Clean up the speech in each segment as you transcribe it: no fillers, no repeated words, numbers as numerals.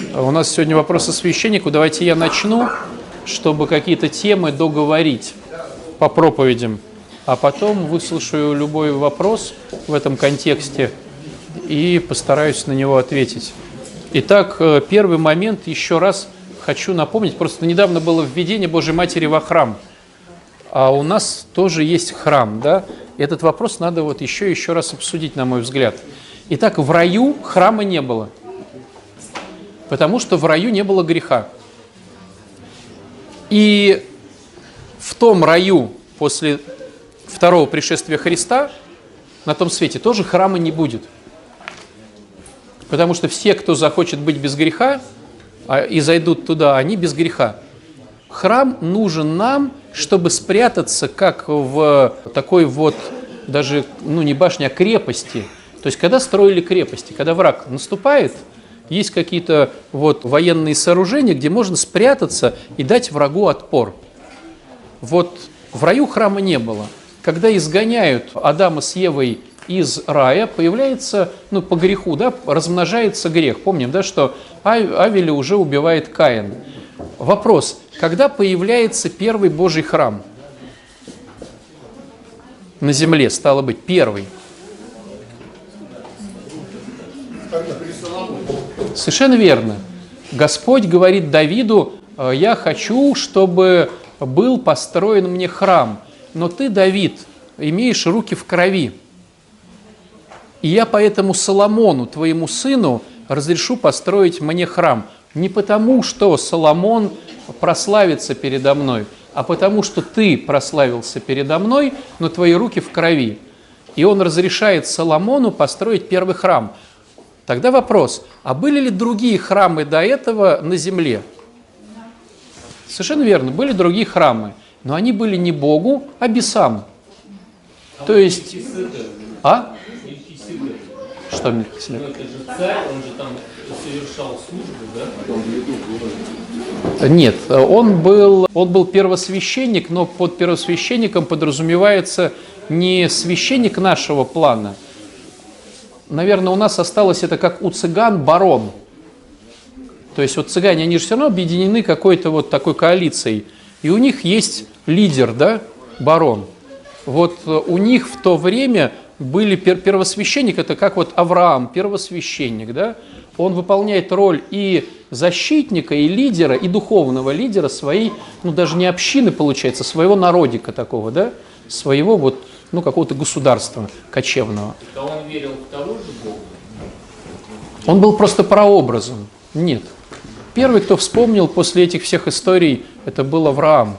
У нас сегодня вопросы священнику. Давайте я начну, чтобы какие-то темы договорить по проповедям, а потом выслушаю любой вопрос в этом контексте и постараюсь на него ответить. Итак, первый момент, еще раз хочу напомнить, просто недавно было введение Божьей Матери во храм, а у нас тоже есть храм, да? Этот вопрос надо вот еще раз обсудить, на мой взгляд. Итак, в раю храма не было, потому что в раю не было греха. И в том раю после второго пришествия Христа на том свете тоже храма не будет. Потому что все, кто захочет быть без греха и зайдут туда, они без греха. Храм нужен нам, чтобы спрятаться, как в такой вот, даже, не башне, а крепости. То есть, когда строили крепости, когда враг наступает, есть какие-то вот военные сооружения, где можно спрятаться и дать врагу отпор. Вот в раю храма не было. Когда изгоняют Адама с Евой из рая, появляется, по греху, да, размножается грех. Помним, да, что Авеля уже убивает Каин. Вопрос, когда появляется первый Божий храм на земле, стало быть, первый? Совершенно верно. Господь говорит Давиду: я хочу, чтобы был построен мне храм, но ты, Давид, имеешь руки в крови. И я поэтому Соломону, твоему сыну, разрешу построить мне храм. Не потому, что Соломон прославится передо мной, а потому, что ты прославился передо мной, но твои руки в крови. И он разрешает Соломону построить первый храм. Тогда вопрос, а были ли другие храмы до этого на земле? Совершенно верно, были другие храмы, но они были не Богу, а бесам. То есть... А? Что Мельхиседек? Это же царь, он же там совершал службу, да? Нет, он был первосвященник, но под первосвященником подразумевается не священник нашего плана. Наверное, у нас осталось это как у цыган барон. То есть вот цыгане, они же все равно объединены какой-то вот такой коалицией. И у них есть лидер, да, барон. Вот у них в то время были первосвященник, это как вот Авраам, первосвященник, да. Он выполняет роль и защитника, и лидера, и духовного лидера своей, даже не общины, получается, своего народика такого, да, своего вот, какого-то государства кочевного. А он верил в того же Бога? Он был просто прообразом. Нет. Первый, кто вспомнил после этих всех историй, это был Авраам.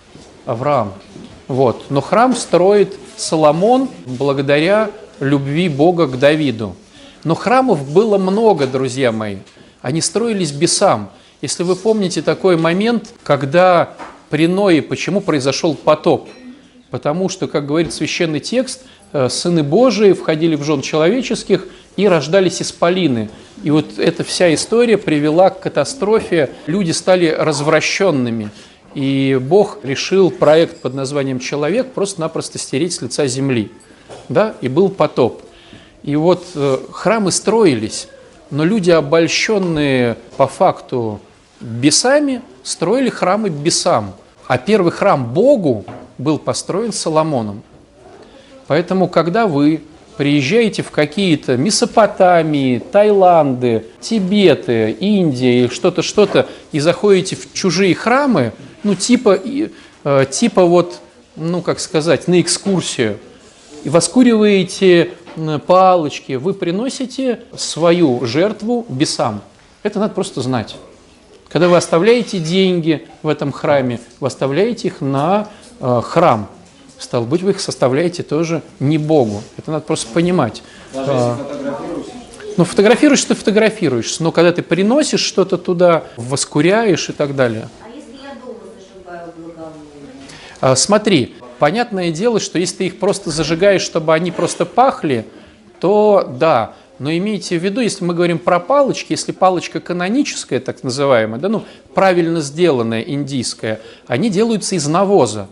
Вот. Но храм строит Соломон благодаря любви Бога к Давиду. Но храмов было много, друзья мои. Они строились бесам. Если вы помните такой момент, когда при Ное, почему произошел потоп? Потому что, как говорит священный текст, сыны Божии входили в жен человеческих и рождались исполины. И вот эта вся история привела к катастрофе. Люди стали развращенными. И Бог решил проект под названием «Человек» просто-напросто стереть с лица земли. Да? И был потоп. И вот храмы строились, но люди, обольщенные по факту бесами, строили храмы бесам. А первый храм Богу был построен Соломоном. Поэтому, когда вы приезжаете в какие-то Месопотамии, Таиланды, Тибеты, Индии, что-то, и заходите в чужие храмы, типа вот, как сказать, на экскурсию, и воскуриваете палочки, вы приносите свою жертву бесам. Это надо просто знать. Когда вы оставляете деньги в этом храме, вы оставляете их на храм. Стало быть, вы их составляете тоже не Богу. Это надо просто понимать. Даже если фотографируешься? Фотографируешь, ты фотографируешься. Но когда ты приносишь что-то туда, воскуряешь и так далее. А если я дома зажигаю благовоние? Смотри, понятное дело, что если ты их просто зажигаешь, чтобы они просто пахли, то да. Но имейте в виду, если мы говорим про палочки, если палочка каноническая, так называемая, да, правильно сделанная, индийская, они делаются из навоза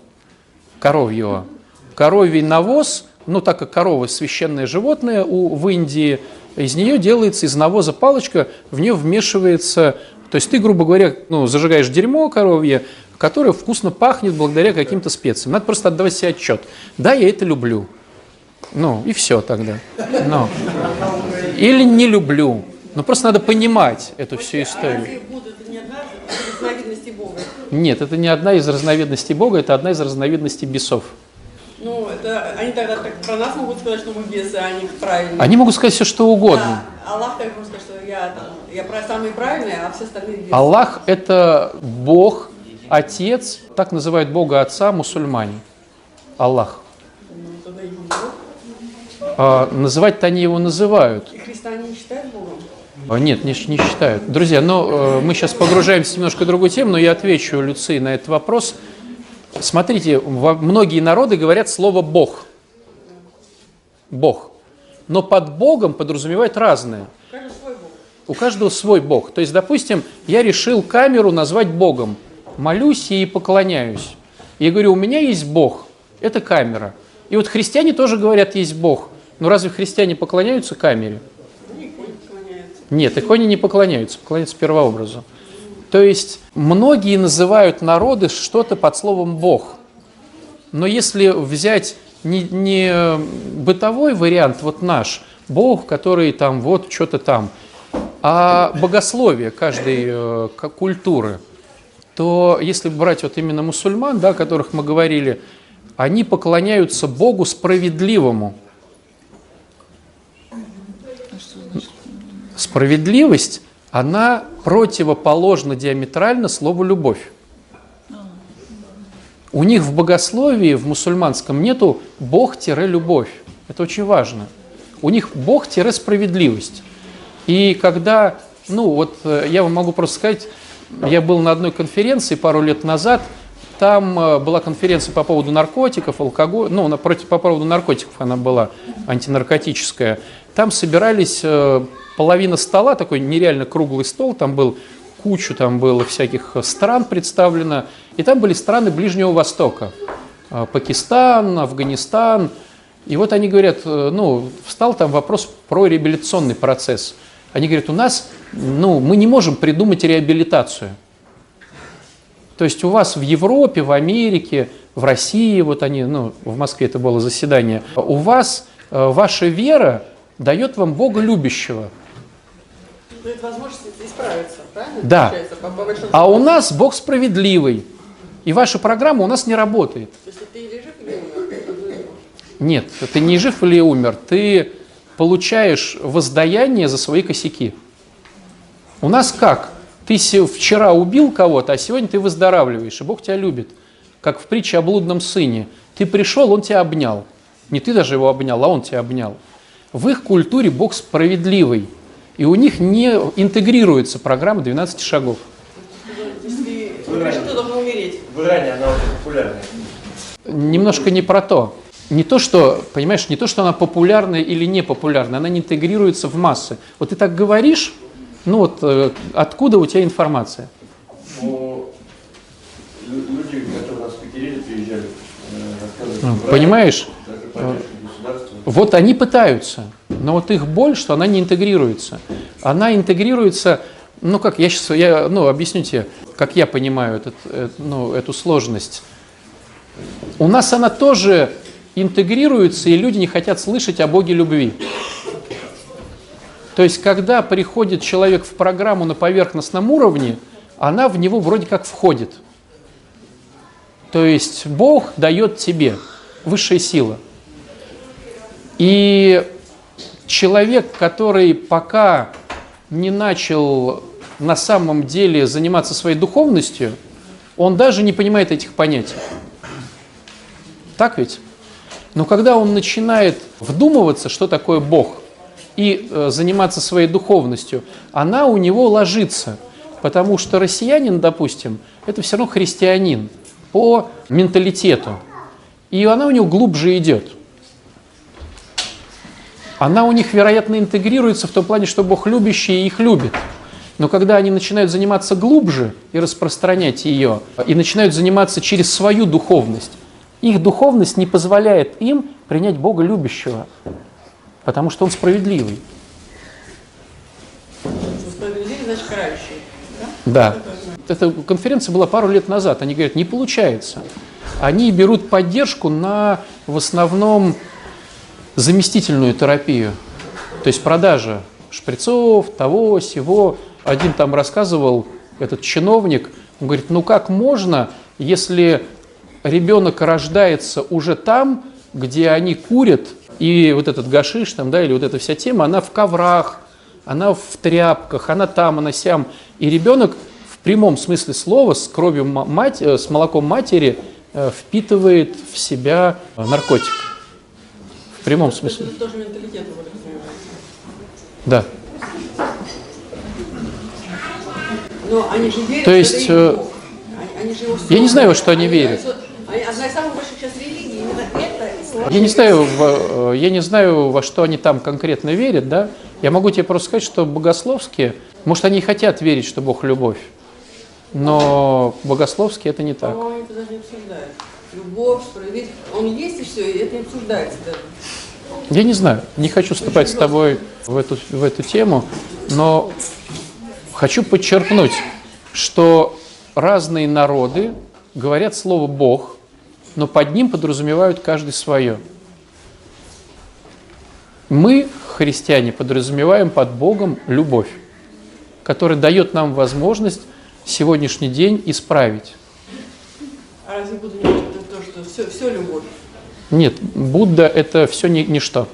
коровьего. Коровий навоз, так как корова священное животное в Индии, из нее делается, из навоза палочка, в нее вмешивается, то есть ты, грубо говоря, ну, зажигаешь дерьмо коровье, которое вкусно пахнет благодаря каким-то специям. Надо просто отдавать себе отчет. Да, я это люблю. Ну, и все тогда. Но. Или не люблю. Но просто надо понимать эту всю историю. Разве будут не одна из разновидностей Бога? Нет, это не одна из разновидностей Бога, это одна из разновидностей бесов. Ну, это они тогда так про нас могут сказать, что мы бесы, а они правильные. Они могут сказать все, что угодно. Да. Аллах так может сказать, что я самый правильный, а все остальные бесы. Аллах – это Бог, Отец, так называют Бога Отца мусульмане. Аллах. Ну, тогда его Бог. Называть-то они его называют. И Христа они не считают Богом? Нет, не считают. Друзья, но мы сейчас погружаемся в немножко другую тему, но я отвечу Люции на этот вопрос. Смотрите, многие народы говорят слово «Бог». Бог. Но под Богом подразумевают разное. У каждого свой Бог. У каждого свой Бог. То есть, допустим, я решил камеру назвать Богом. Молюсь и поклоняюсь. И говорю, у меня есть Бог. Это камера. И вот христиане тоже говорят, есть Бог. Но разве христиане поклоняются камере? Нет, иконе не поклоняются, поклоняются первообразу. То есть многие называют народы что-то под словом «Бог». Но если взять не бытовой вариант, вот наш, Бог, который там вот что-то там, а богословие каждой культуры, то если брать вот именно мусульман, да, о которых мы говорили, они поклоняются Богу справедливому. Справедливость, она противоположна диаметрально слову «любовь». У них в богословии, в мусульманском, нету Бог-любовь. Это очень важно. У них Бог-справедливость. И когда, ну вот я вам могу просто сказать, я был на одной конференции пару лет назад, там была конференция по поводу наркотиков, алкоголя, ну, по поводу наркотиков она была, антинаркотическая. Там собирались половина стола, такой нереально круглый стол, там был кучу, там было всяких стран представлено, и там были страны Ближнего Востока, Пакистан, Афганистан. И вот они говорят, ну, встал там вопрос про реабилитационный процесс. Они говорят, у нас, ну, мы не можем придумать реабилитацию. То есть у вас в Европе, в Америке, в России, вот они, ну, в Москве это было заседание, у вас ваша вера дает вам Бога любящего. Ну, это возможность исправиться, правильно? Да. А у нас Бог справедливый. И ваша программа у нас не работает. То есть ты или жив, или умер? Нет, ты не жив или умер. Ты получаешь воздаяние за свои косяки. У нас как? Ты вчера убил кого-то, а сегодня ты выздоравливаешь, и Бог тебя любит. Как в притче о блудном сыне. Ты пришел, он тебя обнял. Не ты даже его обнял, а он тебя обнял. В их культуре Бог справедливый. И у них не интегрируется программа 12 шагов. Если ты пришел, ты должен умереть. В Иране она очень популярная. Немножко не про то. Не то, что, понимаешь, не то, что она популярная или не популярная, она не интегрируется в массы. Вот ты так говоришь, ну вот откуда у тебя информация? Ну, люди, которые у нас в Пекине приезжали, рассказывали. Понимаешь? Государства. Вот они пытаются, но вот их боль, что она не интегрируется. Она интегрируется, ну как, я объясню тебе, как я понимаю эту сложность. У нас она тоже интегрируется, и люди не хотят слышать о Боге любви. То есть, когда приходит человек в программу на поверхностном уровне, она в него вроде как входит. То есть, Бог дает тебе, высшая сила. И человек, который пока не начал на самом деле заниматься своей духовностью, он даже не понимает этих понятий. Так ведь? Но когда он начинает вдумываться, что такое Бог, и заниматься своей духовностью, она у него ложится. Потому что россиянин, допустим, это все равно христианин по менталитету. И она у него глубже идет. Она у них, вероятно, интегрируется в том плане, что Бог любящий и их любит. Но когда они начинают заниматься глубже и распространять ее, и начинают заниматься через свою духовность, их духовность не позволяет им принять Бога любящего, потому что Он справедливый. Да. Эта конференция была пару лет назад. Они говорят, не получается. Они берут поддержку на, в основном, заместительную терапию. То есть продажа шприцов, того, сего. Один там рассказывал, этот чиновник, он говорит, ну как можно, если ребенок рождается уже там, где они курят, и вот этот гашиш там, да, или вот эта вся тема, она в коврах, она в тряпках, она там, она сям. И ребенок в прямом смысле слова с кровью с молоком матери впитывает в себя наркотик. В прямом смысле. Это тоже менталитет, вы подразумеваете. Да. Но они же верят, То есть, что это их Бог. Они же его я не знаю, во что они верят. Одна из самых больших сейчас религий, именно это. Я не знаю, во что они там конкретно верят, да? Я могу тебе просто сказать, что богословские, может, они и хотят верить, что Бог – любовь, но богословски это не так. По-моему, это даже не обсуждают. Любовь, справедливость, он есть и все, и это не обсуждается даже. Я не знаю, не хочу вступать с тобой в эту тему, но хочу подчеркнуть, что разные народы говорят слово «Бог», но под ним подразумевают каждый свое. Мы, христиане, подразумеваем под Богом любовь, которая дает нам возможность сегодняшний день исправить. А разве Будда не может то, что все любовь? Нет, Будда – это все ничто.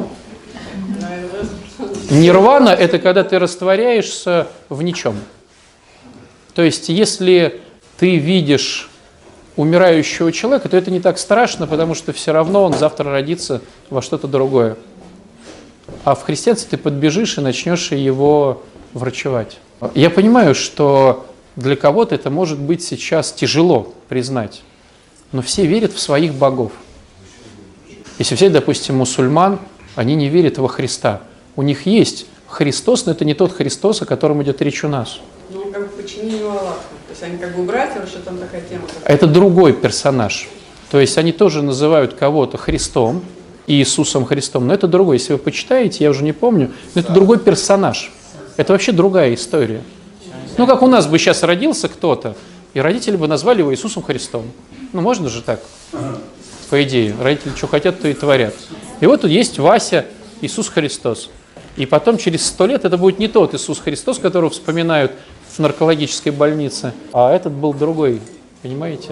Нирвана – это когда ты растворяешься в ничем. То есть, если ты видишь умирающего человека, то это не так страшно, потому что все равно он завтра родится во что-то другое. А в христианстве ты подбежишь и начнешь его врачевать. Я понимаю, что для кого-то это может быть сейчас тяжело признать, но все верят в своих богов. Если взять, допустим, мусульман, они не верят во Христа. У них есть Христос, но это не тот Христос, о котором идет речь у нас. Ну, он как бы подчинение Аллаху. То есть они как бы братья, что там такая тема. Это другой персонаж. То есть они тоже называют кого-то Христом, Иисусом Христом, но это другой. Если вы почитаете, я уже не помню, но это другой персонаж. Это вообще другая история. Ну, как у нас бы сейчас родился кто-то, и родители бы назвали его Иисусом Христом. Ну, можно же так, по идее. Родители что хотят, то и творят. И вот тут есть Вася, Иисус Христос. И потом через 100 лет это будет не тот Иисус Христос, которого вспоминают в наркологической больнице, а этот был другой, понимаете?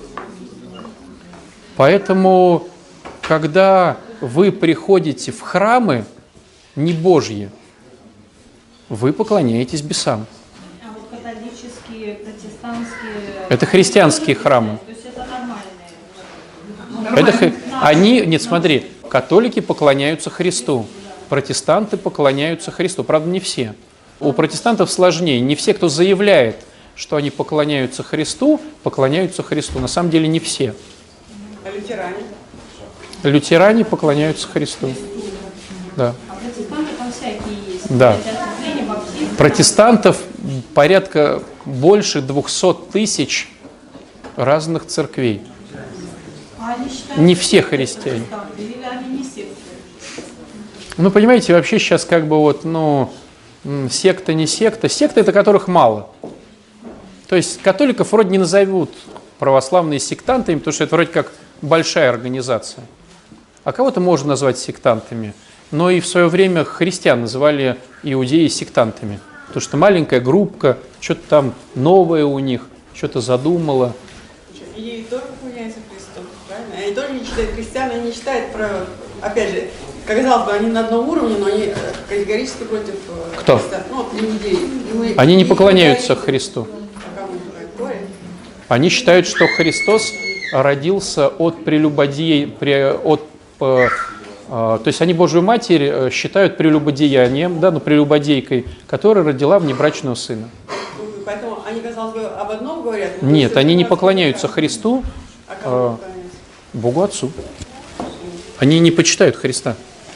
Поэтому, когда вы приходите в храмы не Божьи, вы поклоняетесь бесам. А вот католические, протестантские... Это христианские храмы. То есть это нормальные? Нет, смотри, католики поклоняются Христу, протестанты поклоняются Христу. Правда, не все. У протестантов сложнее. Не все, кто заявляет, что они поклоняются Христу, поклоняются Христу. На самом деле не все. А лютеране? Лютеране поклоняются Христу. Да. А протестанты там всякие есть. Да. Протестантов порядка больше 200 тысяч разных церквей. А они считают, Не все христиане. или они не секты? Ну, понимаете, вообще сейчас как бы вот, секта, не секта. Секта – это которых мало. То есть католиков вроде не назовут православные сектантами, потому что это вроде как большая организация. А кого-то можно назвать сектантами. Но и в свое время христиан называли иудеи сектантами. Потому что маленькая группка, что-то там новое у них, что-то задумала. И тоже поклоняются Христу, правильно? Они тоже не считают христиан, они не считают про... Опять же, казалось бы, они на одном уровне, но они категорически против Кто? Христа. Ну, иудеи. Они не поклоняются Христу. А кому говорят? Они считают, что Христос родился от прелюбодея, то есть они Божию Матерь считают прелюбодеянием, да, прелюбодейкой, которая родила внебрачного сына. Поэтому они, казалось бы, об одном говорят? Нет, они не поклоняются Христу, А кому поклоняются? Богу Отцу. Они не почитают Христа.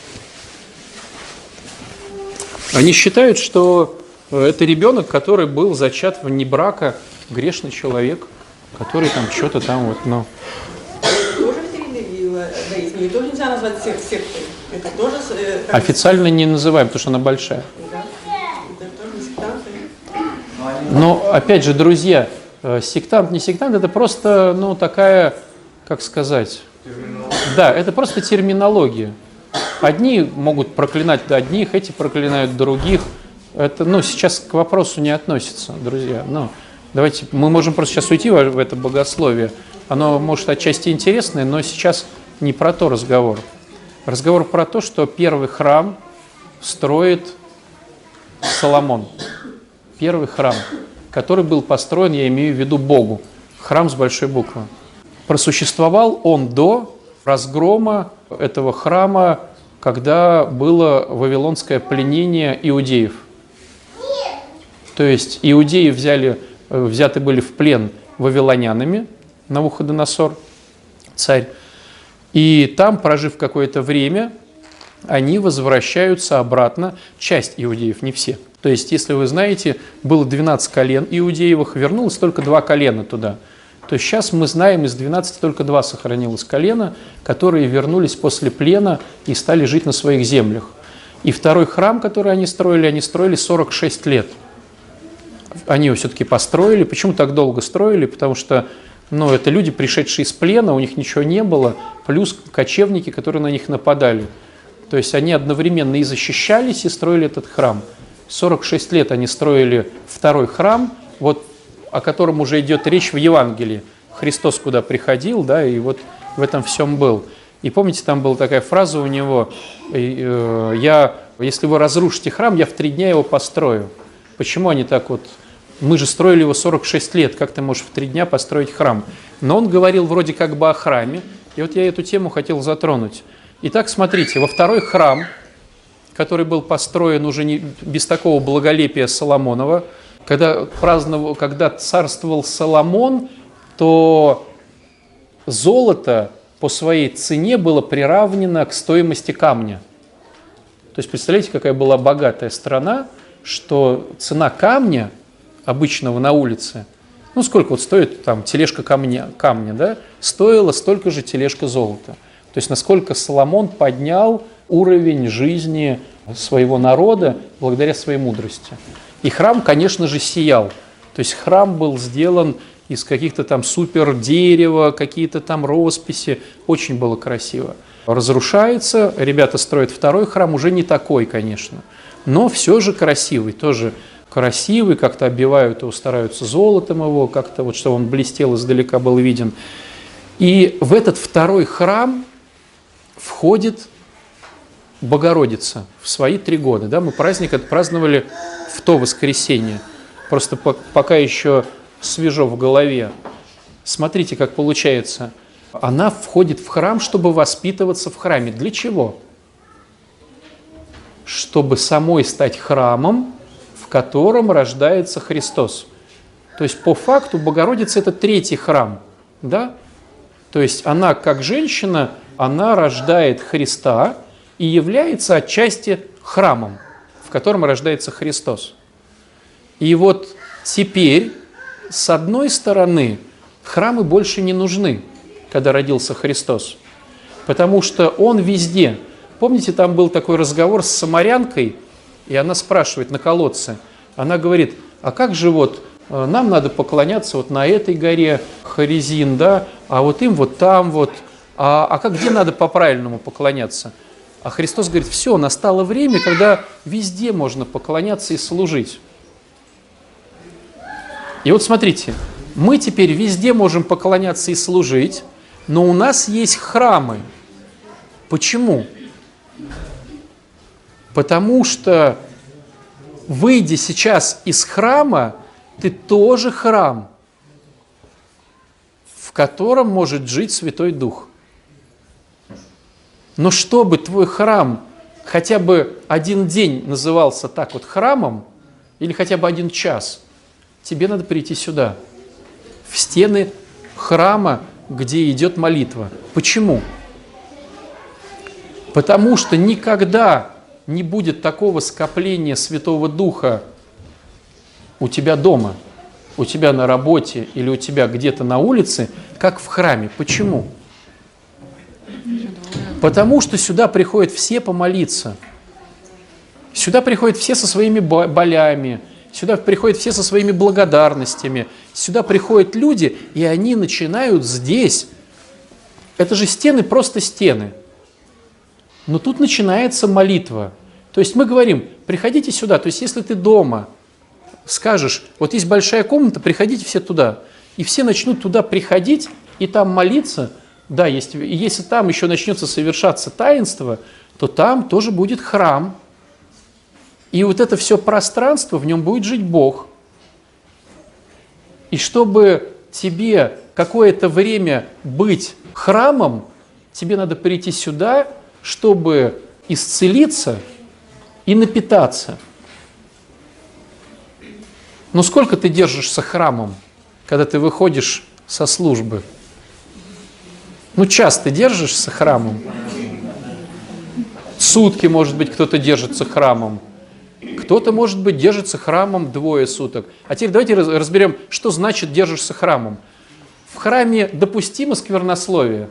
Они считают, что это ребенок, который был зачат вне брака, грешный человек, который там что-то там вот, Тоже в религии иудаизма, ее тоже нельзя назвать сектой. Это тоже... Официально не называем, потому что она большая. Да. Это тоже сектанты. Но, опять же, друзья, сектант, не сектант, это просто, ну, такая, как сказать, да, это просто терминология. Одни могут проклинать одних, эти проклинают других. Это, ну, сейчас к вопросу не относится, друзья. Ну, давайте, мы можем просто сейчас уйти в это богословие. Оно, может, отчасти интересное, но сейчас не про то разговор. Разговор про то, что первый храм строит Соломон. Первый храм, который был построен, я имею в виду Богу. Храм с большой буквы. Просуществовал он до разгрома этого храма, когда было вавилонское пленение иудеев. То есть иудеи взяты были в плен вавилонянами, Навуходоносор, царь. И там, прожив какое-то время, они возвращаются обратно, часть иудеев, не все. То есть, если вы знаете, было 12 колен иудеевых, вернулось только 2 колена туда. То есть сейчас мы знаем, из 12 только 2 сохранилось колена, которые вернулись после плена и стали жить на своих землях. И второй храм, который они строили 46 лет. Они его все-таки построили. Почему так долго строили? Потому что, ну, это люди, пришедшие из плена, у них ничего не было, плюс кочевники, которые на них нападали. То есть они одновременно и защищались, и строили этот храм. 46 лет они строили второй храм, вот о котором уже идет речь в Евангелии. Христос куда приходил, да, и вот в этом всем был. И помните, там была такая фраза у него: если вы разрушите храм, я в 3 дня его построю. Почему они так вот? Мы же строили его 46 лет, как ты можешь в 3 дня построить храм? Но он говорил вроде как бы о храме, и вот я эту тему хотел затронуть. Итак, смотрите, во второй храм, который был построен уже не без такого благолепия Соломонова, когда царствовал Соломон, то золото по своей цене было приравнено к стоимости камня. То есть, представляете, какая была богатая страна, что цена камня, обычного на улице, ну, сколько вот стоит там тележка камня, да, стоила столько же тележка золота. То есть, насколько Соломон поднял уровень жизни своего народа благодаря своей мудрости. И храм, конечно же, сиял. То есть храм был сделан из каких-то там супер дерева, какие-то там росписи. Очень было красиво. Разрушается, ребята строят второй храм, уже не такой, конечно. Но все же красивый, тоже красивый, как-то оббивают его, стараются золотом его, как-то вот, чтобы он блестел, издалека был виден. И в этот второй храм входит Богородица в свои 3 года. Да? Мы праздник отпраздновали в то воскресенье. Просто пока еще свежо в голове. Смотрите, как получается. Она входит в храм, чтобы воспитываться в храме. Для чего? Чтобы самой стать храмом, в котором рождается Христос. То есть по факту Богородица – это 3-й храм. Да? То есть она, как женщина, она рождает Христа и является отчасти храмом, в котором рождается Христос. И вот теперь, с одной стороны, храмы больше не нужны, когда родился Христос, потому что Он везде. Помните, там был такой разговор с самарянкой, и она спрашивает на колодце, она говорит: а как же вот нам надо поклоняться вот на этой горе Хорезин, да, а вот им вот там вот, где надо по-правильному поклоняться? А Христос говорит: все, настало время, когда везде можно поклоняться и служить. И вот смотрите, мы теперь везде можем поклоняться и служить, но у нас есть храмы. Почему? Потому что, выйдя сейчас из храма, ты тоже храм, в котором может жить Святой Дух. Но чтобы твой храм хотя бы 1 день назывался так вот храмом, или хотя бы 1 час, тебе надо прийти сюда, в стены храма, где идет молитва. Почему? Потому что никогда не будет такого скопления Святого Духа у тебя дома, у тебя на работе или у тебя где-то на улице, как в храме. Почему? Потому что сюда приходят все помолиться. Сюда приходят все со своими болями, сюда приходят все со своими благодарностями, сюда приходят люди, и они начинают здесь. Это же стены, просто стены. Но тут начинается молитва. То есть мы говорим, приходите сюда. То есть если ты дома скажешь, вот есть большая комната, приходите все туда. И все начнут туда приходить и там молиться. Да, если там еще начнется совершаться таинство, то там тоже будет храм. И вот это все пространство, в нем будет жить Бог. И чтобы тебе какое-то время быть храмом, тебе надо прийти сюда, чтобы исцелиться и напитаться. Но сколько ты держишься храмом, когда ты выходишь со службы? Ну, час ты держишься храмом. Сутки, может быть, кто-то держится храмом. Кто-то, может быть, держится храмом 2 суток. А теперь давайте разберем, что значит держишься храмом. В храме допустимо сквернословие?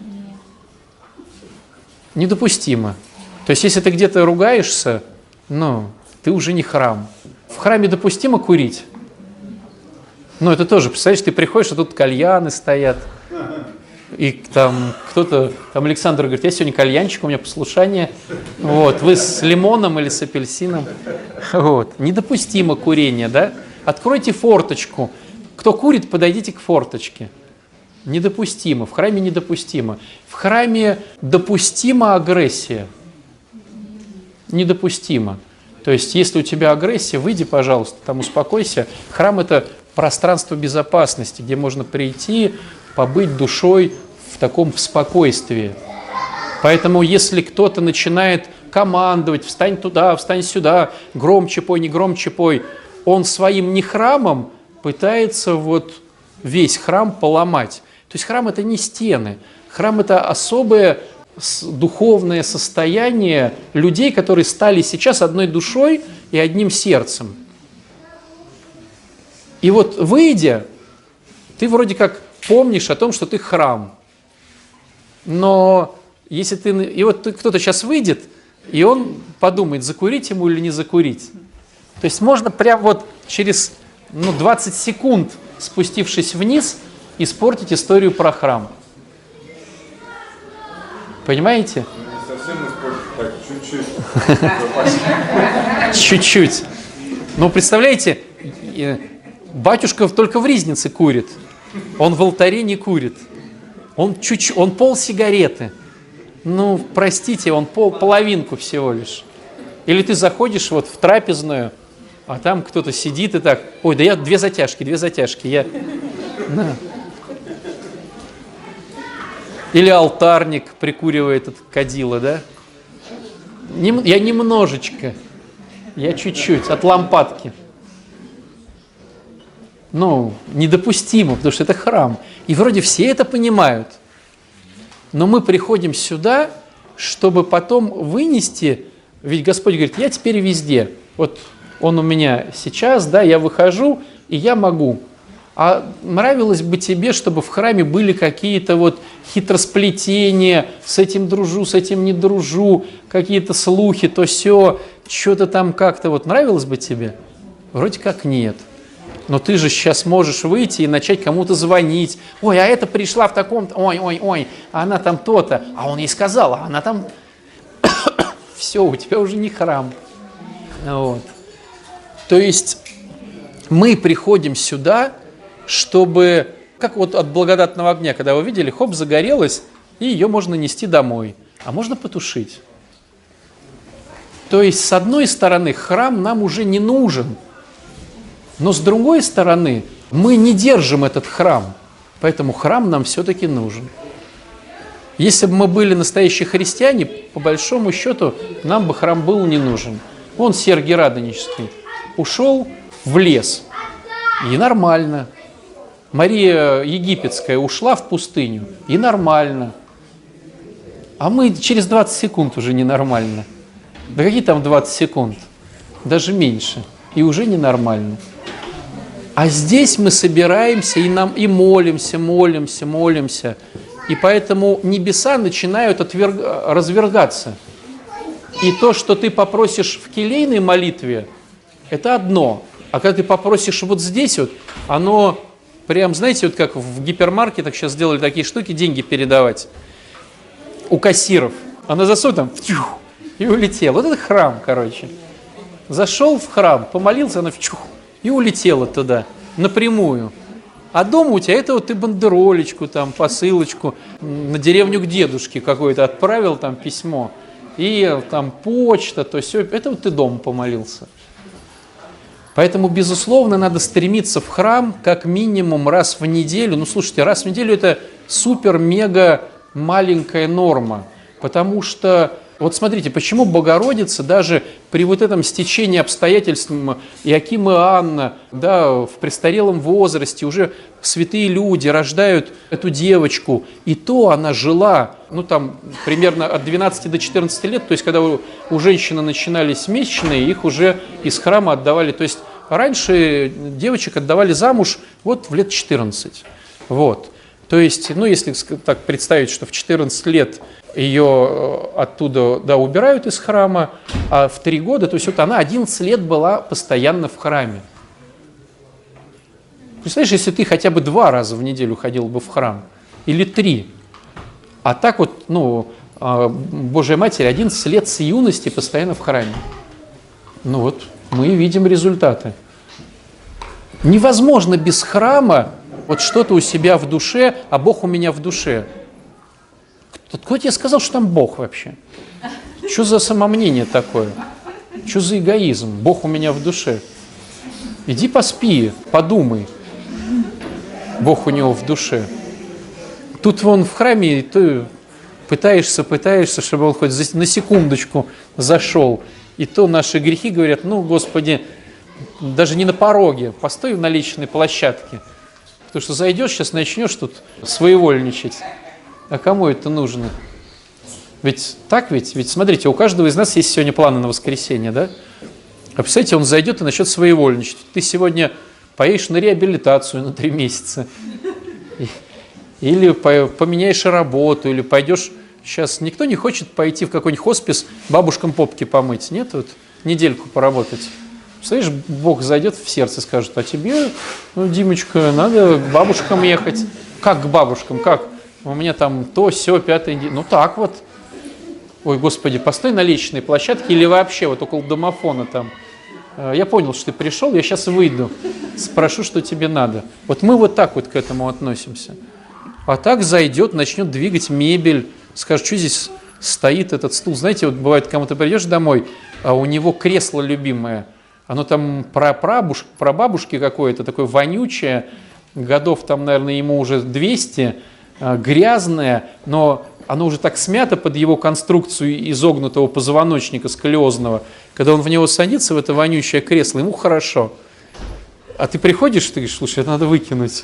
Недопустимо. То есть, если ты где-то ругаешься, ты уже не храм. В храме допустимо курить? Это тоже, представляешь, ты приходишь, а тут кальяны стоят. И там кто-то, Александр говорит, я сегодня кальянчик, у меня послушание. Вы с лимоном или с апельсином. Недопустимо курение, да? Откройте форточку. Кто курит, подойдите к форточке. Недопустимо. В храме недопустимо. В храме допустима агрессия. Недопустимо. То есть, если у тебя агрессия, выйди, пожалуйста, там успокойся. Храм – это пространство безопасности, где можно прийти, побыть душой в таком спокойствии. Поэтому, если кто-то начинает командовать, встань туда, встань сюда, громче пой, не громче пой, он своим не храмом пытается весь храм поломать. То есть храм – это не стены. Храм – это особое духовное состояние людей, которые стали сейчас одной душой и одним сердцем. И выйдя, ты вроде как помнишь о том, что ты храм. Но если кто-то сейчас выйдет, и он подумает, закурить ему или не закурить. То есть можно прям через 20 секунд, спустившись вниз, испортить историю про храм. Понимаете? Не совсем испортить, так, чуть-чуть. Чуть-чуть. Представляете, батюшка только в ризнице курит. Он в алтаре не курит. Он полсигареты. Простите, он половинку всего лишь. Или ты заходишь в трапезную, а там кто-то сидит и так, ой, да я две затяжки. Или алтарник прикуривает от кадила, да? Я немножечко, я чуть-чуть, от лампадки. Недопустимо, потому что это храм. И вроде все это понимают. Но мы приходим сюда, чтобы потом вынести, ведь Господь говорит, я теперь везде. Он у меня сейчас, да, я выхожу, и я могу. А нравилось бы тебе, чтобы в храме были какие-то хитросплетения, с этим дружу, с этим не дружу, какие-то слухи, то сё, что-то там как-то нравилось бы тебе? Вроде как нет. Но ты же сейчас можешь выйти и начать кому-то звонить. Ой, а это пришла в таком-то, ой, а она там то-то, а он ей сказал, а она там... Все, у тебя уже не храм. То есть мы приходим сюда, чтобы, как от благодатного огня, когда вы видели, хоп, загорелась, и ее можно нести домой, а можно потушить. То есть, с одной стороны, храм нам уже не нужен, но с другой стороны, мы не держим этот храм, поэтому храм нам все-таки нужен. Если бы мы были настоящие христиане, по большому счету, нам бы храм был не нужен. Вон Сергий Радонежский ушел в лес, и нормально. Мария Египетская ушла в пустыню, и нормально. А мы через 20 секунд уже ненормально. Да какие там 20 секунд? Даже меньше. И уже ненормально. А здесь мы собираемся и молимся. И поэтому небеса начинают развергаться. И то, что ты попросишь в келейной молитве, это одно. А когда ты попросишь вот здесь вот, оно прям, знаете, вот как в гипермаркетах сейчас сделали такие штуки, деньги передавать у кассиров. Она засунула там, и улетела. Вот это храм, короче. Зашел в храм, помолился, она и улетела туда, напрямую. А дома у тебя это вот ты бандеролечку, там, посылочку на деревню к дедушке какой-то отправил, там, письмо, и там почта, то все, это вот ты дома помолился. Поэтому, безусловно, надо стремиться в храм как минимум раз в неделю. Ну, слушайте, раз в неделю это супер-мега маленькая норма, потому что, вот смотрите, почему Богородица даже при вот этом стечении обстоятельств Иоаким и Анна, да, в престарелом возрасте, уже святые люди рождают эту девочку, и то она жила, ну там примерно от 12 до 14 лет, то есть когда у женщины начинались месячные, их уже из храма отдавали, то есть раньше девочек отдавали замуж вот в лет 14, вот. То есть, ну, если так представить, что в 14 лет ее оттуда, да, убирают из храма, а в 3 года, то есть вот она 11 лет была постоянно в храме. Представляешь, если ты хотя бы 2 раза в неделю ходил бы в храм, или 3, а так вот, ну, Божья Матерь 11 лет с юности постоянно в храме. Ну вот, мы видим результаты. Невозможно без храма вот что-то у себя в душе, а Бог у меня в душе. Кто тебе сказал, что там Бог вообще? Что за самомнение такое? Что за эгоизм? Бог у меня в душе. Иди поспи, подумай. Бог у него в душе. Тут вон в храме ты пытаешься, чтобы он хоть на секундочку зашел. И то наши грехи говорят, ну, Господи, даже не на пороге, постой на личной площадке. Потому что зайдешь, сейчас начнешь тут своевольничать. А кому это нужно? Ведь так ведь смотрите, у каждого из нас есть сегодня планы на воскресенье, да? А представляете, он зайдет и начнет своевольничать. Ты сегодня поедешь на реабилитацию на 3 месяца. Или поменяешь работу, или пойдешь... Сейчас никто не хочет пойти в какой-нибудь хоспис бабушкам попки помыть. Нет? Вот недельку поработать. Представляешь, Бог зайдет в сердце и скажет, а тебе, ну, Димочка, надо к бабушкам ехать. Как к бабушкам? Как? У меня там то, сё, 5-е. Ну так вот. Ой, Господи, постой на личной площадке или вообще вот около домофона там. Я понял, что ты пришел, я сейчас выйду, спрошу, что тебе надо. Вот мы вот так вот к этому относимся. А так зайдет, начнет двигать мебель, скажет, что здесь стоит этот стул. Знаете, вот бывает, кому-то придешь домой, а у него кресло любимое, оно там прабабушки какое-то, такое вонючее, годов там, наверное, ему уже 200, грязное, но оно уже так смято под его конструкцию изогнутого позвоночника сколиозного. Когда он в него садится, в это вонючее кресло, ему хорошо. А ты приходишь, ты говоришь, слушай, это надо выкинуть.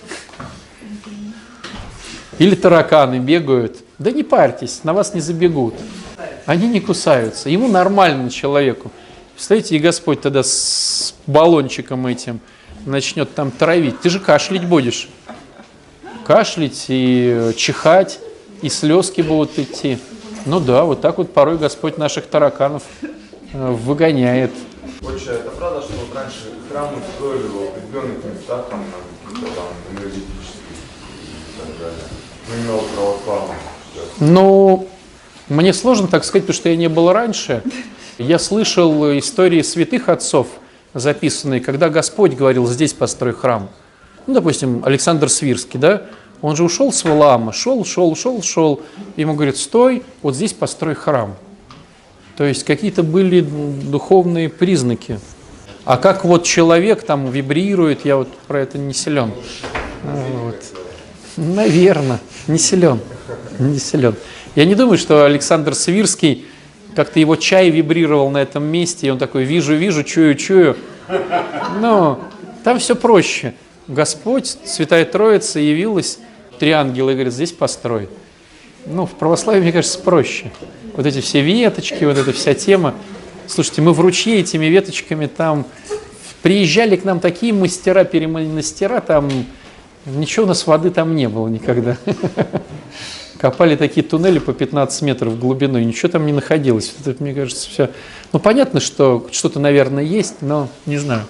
Или тараканы бегают. Да не парьтесь, на вас не забегут. Они не кусаются. Ему нормально, человеку. Представляете, и Господь тогда с баллончиком этим начнет там травить. Ты же кашлять будешь. Кашлять и чихать, и слезки будут идти. Ну да, вот так вот порой Господь наших тараканов выгоняет. Отче, это правда, что вот раньше храмы строили в определенных местах, там, какие-то там энергетические и так далее. Ну, именно православных. Ну, мне сложно так сказать, потому что я не был раньше. Я слышал истории святых отцов, записанные, когда Господь говорил, здесь построй храм. Ну, допустим, Александр Свирский, да? Он же ушел с Валаама, шел. Ему говорит, стой, вот здесь построй храм. То есть какие-то были духовные признаки. А как вот человек там вибрирует, я вот про это не силен. Вот. Наверное, не силен. Я не думаю, что Александр Свирский, как-то его чай вибрировал на этом месте, и он такой, вижу, чую. Но там все проще. Господь, Святая Троица явилась, 3 ангела, и говорит, здесь построй. Ну, в православии, мне кажется, проще. Вот эти все веточки, вот эта вся тема. Слушайте, мы в ручье этими веточками там... Приезжали к нам такие мастера, там... Ничего у нас воды там не было никогда. Копали такие туннели по 15 метров в глубину, и ничего там не находилось. Это, мне кажется, все... Ну, понятно, что что-то, наверное, есть, но не знаю.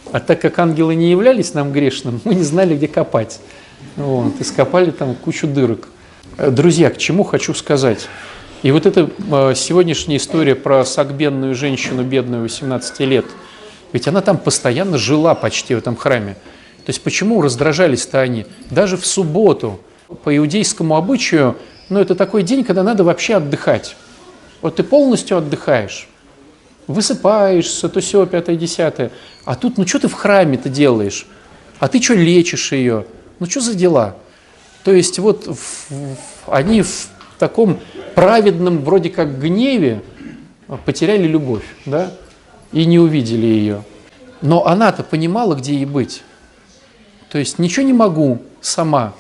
А так как ангелы не являлись нам грешным, мы не знали, где копать. Вот, и скопали там кучу дырок. Друзья, к чему хочу сказать. И вот эта сегодняшняя история про сагбенную женщину, бедную, 18 лет, ведь она там постоянно жила почти в этом храме. То есть почему раздражались-то они? Даже в субботу, по иудейскому обычаю, это такой день, когда надо вообще отдыхать. Вот ты полностью отдыхаешь, высыпаешься, то сё, 5-10. А тут, что ты в храме-то делаешь? А ты что лечишь ее? Что за дела? То есть вот они в таком праведном вроде как гневе потеряли любовь, да, и не увидели ее. Но она-то понимала, где ей быть. То есть ничего не могу сама.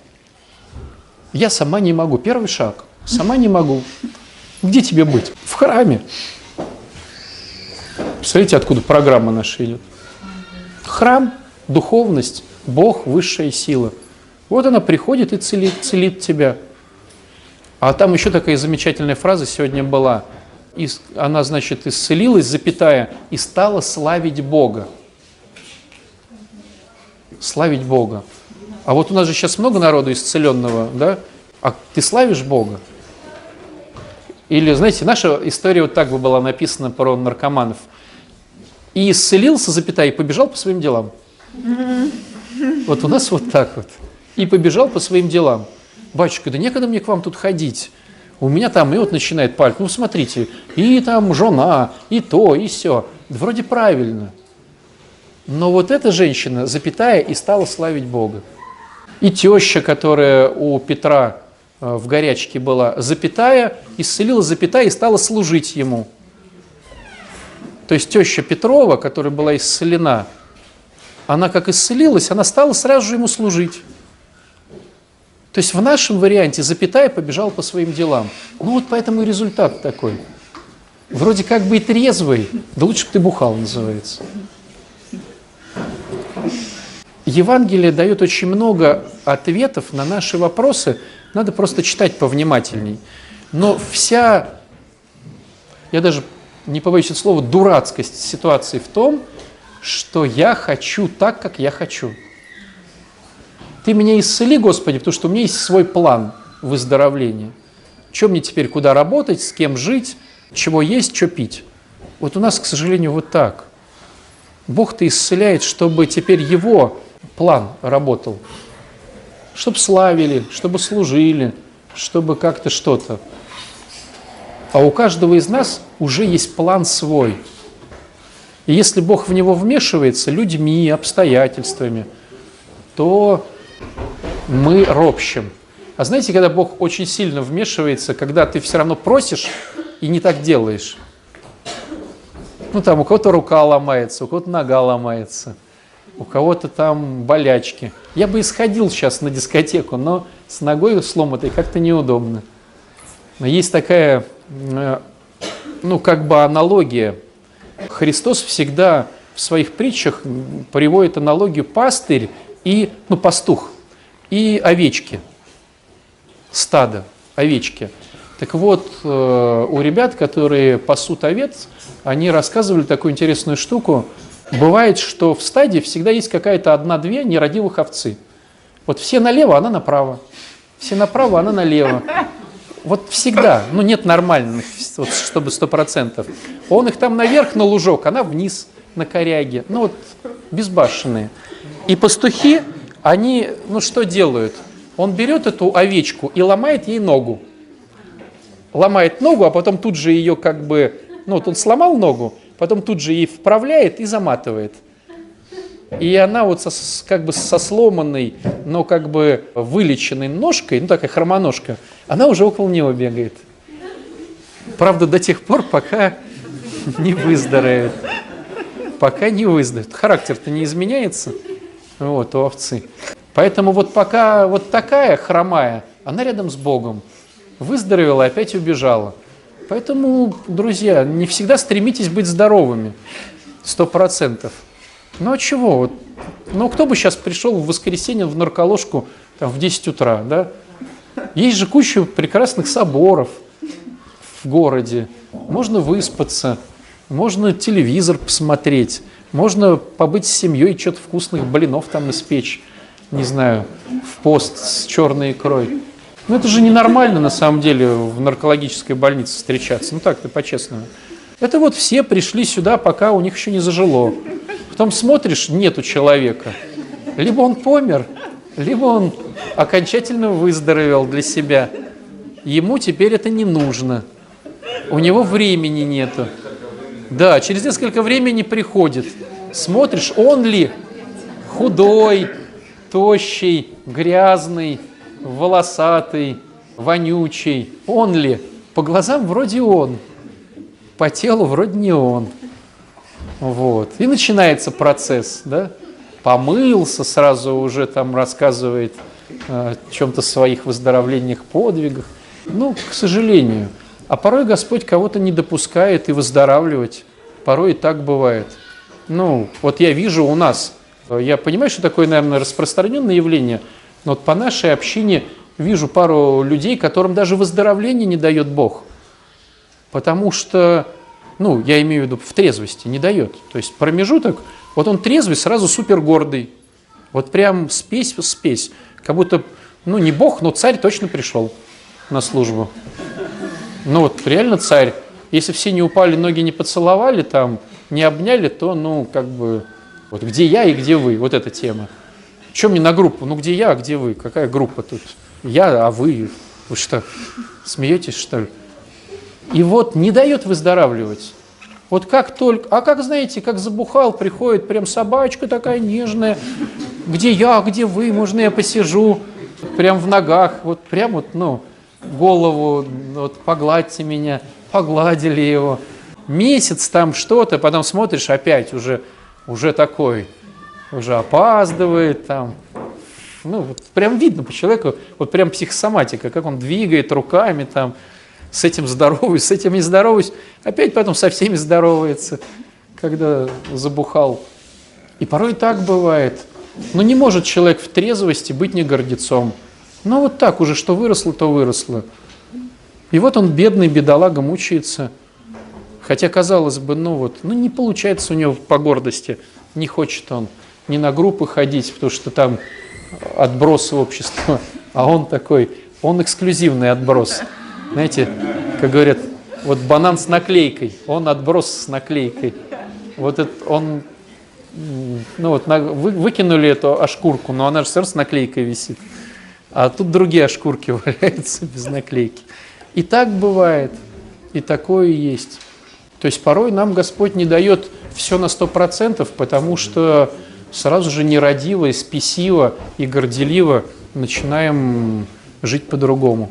Я сама не могу. Первый шаг. Сама не могу. Где тебе быть? В храме. Посмотрите, откуда программа наша идет. Храм, духовность, Бог, высшая сила. Вот она приходит и целит тебя. А там еще такая замечательная фраза сегодня была. Она, значит, исцелилась, запятая, и стала славить Бога. Славить Бога. А вот у нас же сейчас много народу исцеленного, да? А ты славишь Бога? Или, знаете, наша история вот так бы была написана про наркоманов. И исцелился, запятая, и побежал по своим делам. Вот у нас вот так вот. И побежал по своим делам. Батюшка, да некогда мне к вам тут ходить. У меня там, и вот начинает пальцы. Смотрите, и там жена, и то, и сё. Вроде правильно. Но вот эта женщина, запятая, и стала славить Бога. И теща, которая у Петра в горячке была, запятая, исцелила запятая и стала служить ему. То есть теща Петрова, которая была исцелена, она как исцелилась, она стала сразу же ему служить. То есть в нашем варианте запятая побежал по своим делам. Вот поэтому и результат такой. Вроде как бы и трезвый, да лучше бы ты бухал, называется. Евангелие дает очень много ответов на наши вопросы, надо просто читать повнимательней. Но вся, я даже не побоюсь этого слова, дурацкость ситуации в том, что я хочу так, как я хочу. Ты меня исцели, Господи, потому что у меня есть свой план выздоровления. Что мне теперь, куда работать, с кем жить, чего есть, что пить. Вот у нас, к сожалению, вот так. Бог-то исцеляет, чтобы теперь Его план работал. Чтобы славили, чтобы служили, чтобы как-то что-то. А у каждого из нас уже есть план свой. И если Бог в него вмешивается людьми, обстоятельствами, то мы ропщим. А знаете, когда Бог очень сильно вмешивается, когда ты все равно просишь и не так делаешь. Там у кого-то рука ломается, у кого-то нога ломается, у кого-то там болячки. Я бы исходил сейчас на дискотеку, но с ногой сломатой как-то неудобно. Но есть такая, аналогия. Христос всегда в своих притчах приводит аналогию пастырь и, пастух, и овечки, стадо, овечки. Так вот, у ребят, которые пасут овец, они рассказывали такую интересную штуку. Бывает, что в стаде всегда есть какая-то одна-две нерадивых овцы. Вот все налево, она направо. Все направо, она налево. Вот всегда. Нет нормальных, вот, чтобы 100%. Он их там наверх на лужок, она вниз на коряге. Безбашенные. И пастухи, они, что делают? Он берет эту овечку и ломает ей ногу. Ломает ногу, а потом тут же ее он сломал ногу, потом тут же ей вправляет и заматывает. И она со сломанной, но вылеченной ножкой, такая хромоножка, она уже около него бегает. Правда, до тех пор, пока не выздоровеет. Пока не выздоровеет. Характер-то не изменяется у овцы. Поэтому пока такая хромая, она рядом с Богом. Выздоровела, опять убежала. Поэтому, друзья, не всегда стремитесь быть здоровыми, 100%. А чего? Кто бы сейчас пришел в воскресенье в нарколожку в 10 утра, да? Есть же куча прекрасных соборов в городе. Можно выспаться, можно телевизор посмотреть, Можно побыть с семьей, что-то вкусных блинов там испечь, не знаю, в пост с черной икрой. Ну это же ненормально на самом деле в наркологической больнице встречаться. Ну так-то по-честному. Это вот все пришли сюда, пока у них еще не зажило. Потом смотришь, нету человека. Либо он помер, либо он окончательно выздоровел для себя. Ему теперь это не нужно. У него времени нету. Да, через несколько времени приходит. Смотришь, он ли худой, тощий, грязный, волосатый, вонючий. Он ли? По глазам вроде он. По телу вроде не он. Вот. И начинается процесс, да? Помылся, сразу уже там рассказывает о чем-то своих выздоровлениях, подвигах. Ну, к сожалению. А порой Господь кого-то не допускает и выздоравливать. Порой и так бывает. Ну, вот я вижу у нас, я понимаю, что такое, наверное, распространенное явление, но вот по нашей общине вижу пару людей, которым даже выздоровление не дает Бог. Потому что, ну, я имею в виду в трезвости, не дает. То есть промежуток, вот он трезвый, сразу супер гордый. Вот прям спесь, как будто, ну, не Бог, но царь точно пришел на службу. Ну вот реально царь. Если все не упали, ноги не поцеловали, там, не обняли, то, ну, как бы, вот где я и где вы, вот эта тема. Чем мне на группу? Ну, где я, а где вы? Какая группа тут? Я, а вы? Вы что, смеетесь, что ли? И вот не дает выздоравливать. Вот как только, а как, знаете, как забухал, приходит прям собачка такая нежная. Где я, где вы? Можно я посижу? Прям в ногах, вот прям вот, ну, голову, вот погладьте меня. Погладили его. Месяц там что-то, потом смотришь, опять уже такой, уже опаздывает там. Ну, вот прям видно по человеку, вот прям психосоматика, как он двигает руками там, с этим здороваюсь, с этим не здороваюсь, опять потом со всеми здоровается, когда забухал. И порой так бывает. Но не может человек в трезвости быть не гордецом. Ну вот так уже, что выросло, то выросло. И вот он, бедный бедолага, мучается. Хотя, казалось бы, ну не получается у него по гордости. Не хочет он ни на группы ходить, потому что там отбросы общества. А он такой, он эксклюзивный отброс. Знаете, как говорят, вот банан с наклейкой, он отброс с наклейкой. Вот это он, ну вот выкинули эту ошкурку, но она же все равно с наклейкой висит. А тут другие ошкурки валяются без наклейки. И так бывает, и такое есть. То есть порой нам Господь не дает все на 100%, потому что сразу же нерадиво, и спесиво, и горделиво начинаем жить по-другому.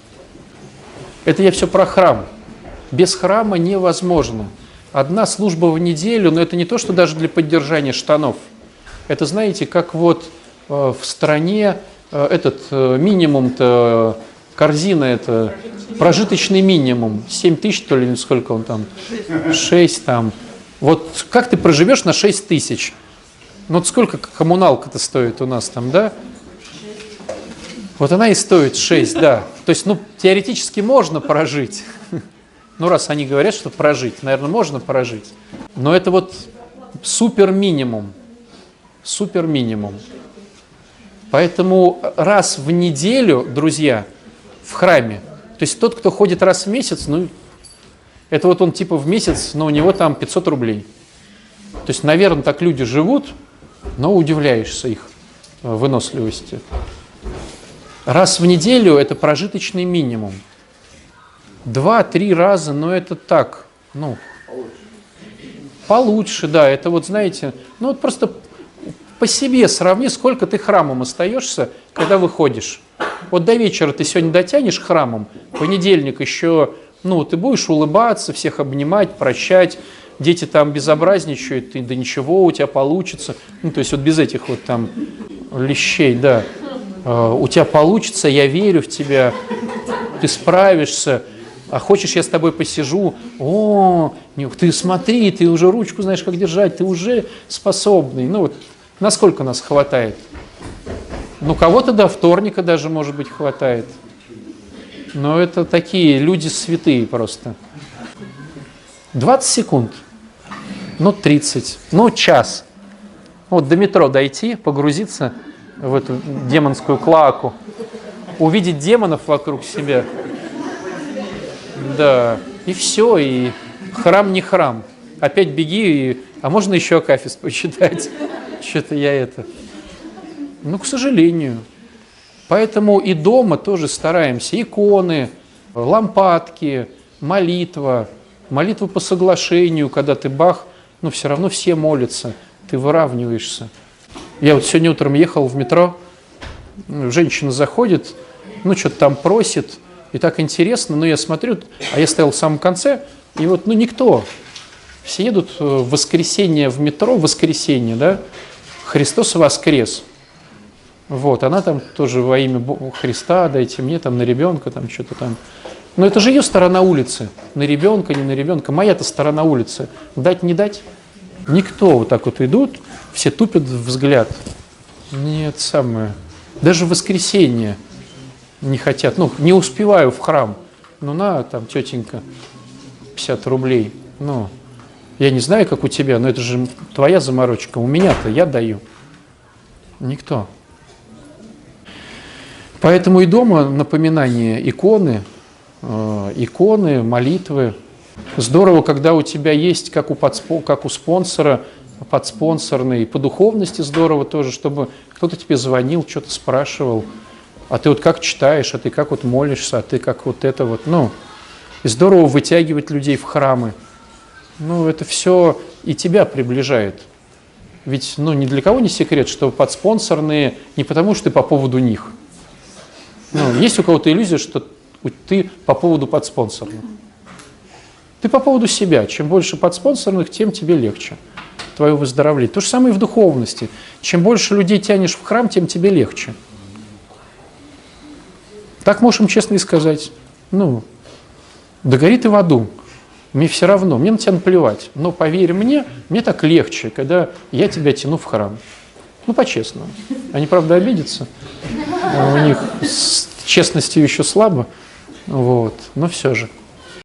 Это я все про храм. Без храма невозможно. Одна служба в неделю, но это не то, что даже для поддержания штанов. Это, знаете, как вот в стране этот минимум-то, корзина это прожиточный минимум, 7 тысяч, то ли сколько он там, 6 там. Вот как ты проживешь на 6 тысяч? Ну вот сколько коммуналка-то стоит у нас там, да? Вот она и стоит 6, да. То есть, ну, теоретически можно прожить. Ну, раз они говорят, что прожить, наверное, можно прожить. Но это вот супер минимум. Супер минимум. Поэтому раз в неделю, друзья, в храме, то есть тот, кто ходит раз в месяц, ну, это вот он типа в месяц, но у него там 500 рублей. То есть, наверное, так люди живут, но удивляешься их выносливости. Раз в неделю это прожиточный минимум. 2-3 раза, но это так, ну, получше, да, это вот, знаете, ну вот просто по себе сравни, сколько ты храмом остаешься, когда выходишь. Вот до вечера ты сегодня дотянешь храмом, понедельник еще, ну, ты будешь улыбаться, всех обнимать, прощать, дети там безобразничают, да ничего, у тебя получится, ну, то есть вот без этих вот там лещей, да, у тебя получится, я верю в тебя, ты справишься. А хочешь, я с тобой посижу? О, ты смотри, ты уже ручку знаешь, как держать, ты уже способный. Ну вот, насколько нас хватает? Ну, кого-то до вторника даже, может быть, хватает. Но это такие люди святые просто. 20 секунд. ну 30, ну час. Вот до метро дойти, погрузиться в эту демонскую клоаку, увидеть демонов вокруг себя. Да, и все, и храм не храм. Опять беги, а можно еще акафист почитать? Что-то я это... Ну, к сожалению. Поэтому и дома тоже стараемся. Иконы, лампадки, молитва, молитва по соглашению, когда ты бах, но все равно все молятся, ты выравниваешься. Я вот сегодня утром ехал в метро, женщина заходит, ну, что-то там просит, и так интересно, но я смотрю, а я стоял в самом конце, и вот, ну, никто. Все едут в воскресенье в метро, в воскресенье, да, Христос воскрес. Вот, она там тоже во имя Христа, дайте мне там на ребенка, там что-то там. Но это же ее сторона улицы. На ребенка, не на ребенка. Моя-то сторона улицы. Дать, не дать. Никто вот так вот идут, все тупят взгляд. Нет, самое. Даже в воскресенье не хотят. Ну, не успеваю в храм. Ну, на, там, тетенька, 50 рублей. Ну, я не знаю, как у тебя, но это же твоя заморочка. У меня-то я даю. Никто. Поэтому и дома напоминание иконы, молитвы. Здорово, когда у тебя есть, как у спонсора, подспонсорный, по духовности здорово тоже, чтобы кто-то тебе звонил, что-то спрашивал, а ты вот как читаешь, а ты как вот молишься, а ты как вот это вот, ну, и здорово вытягивать людей в храмы. Ну, это все и тебя приближает. Ведь, ну, ни для кого не секрет, что подспонсорные не потому, что ты по поводу них. Ну, есть у кого-то иллюзия, что ты по поводу подспонсорных. Ты по поводу себя. Чем больше подспонсорных, тем тебе легче твое выздоровление. То же самое и в духовности. Чем больше людей тянешь в храм, тем тебе легче. Так можем честно и сказать. Ну, да гори ты в аду. Мне все равно, мне на тебя наплевать. Но поверь мне так легче, когда я тебя тяну в храм. Ну, по-честному. Они, правда, обидятся. У них с честностью еще слабо. Вот. Но все же.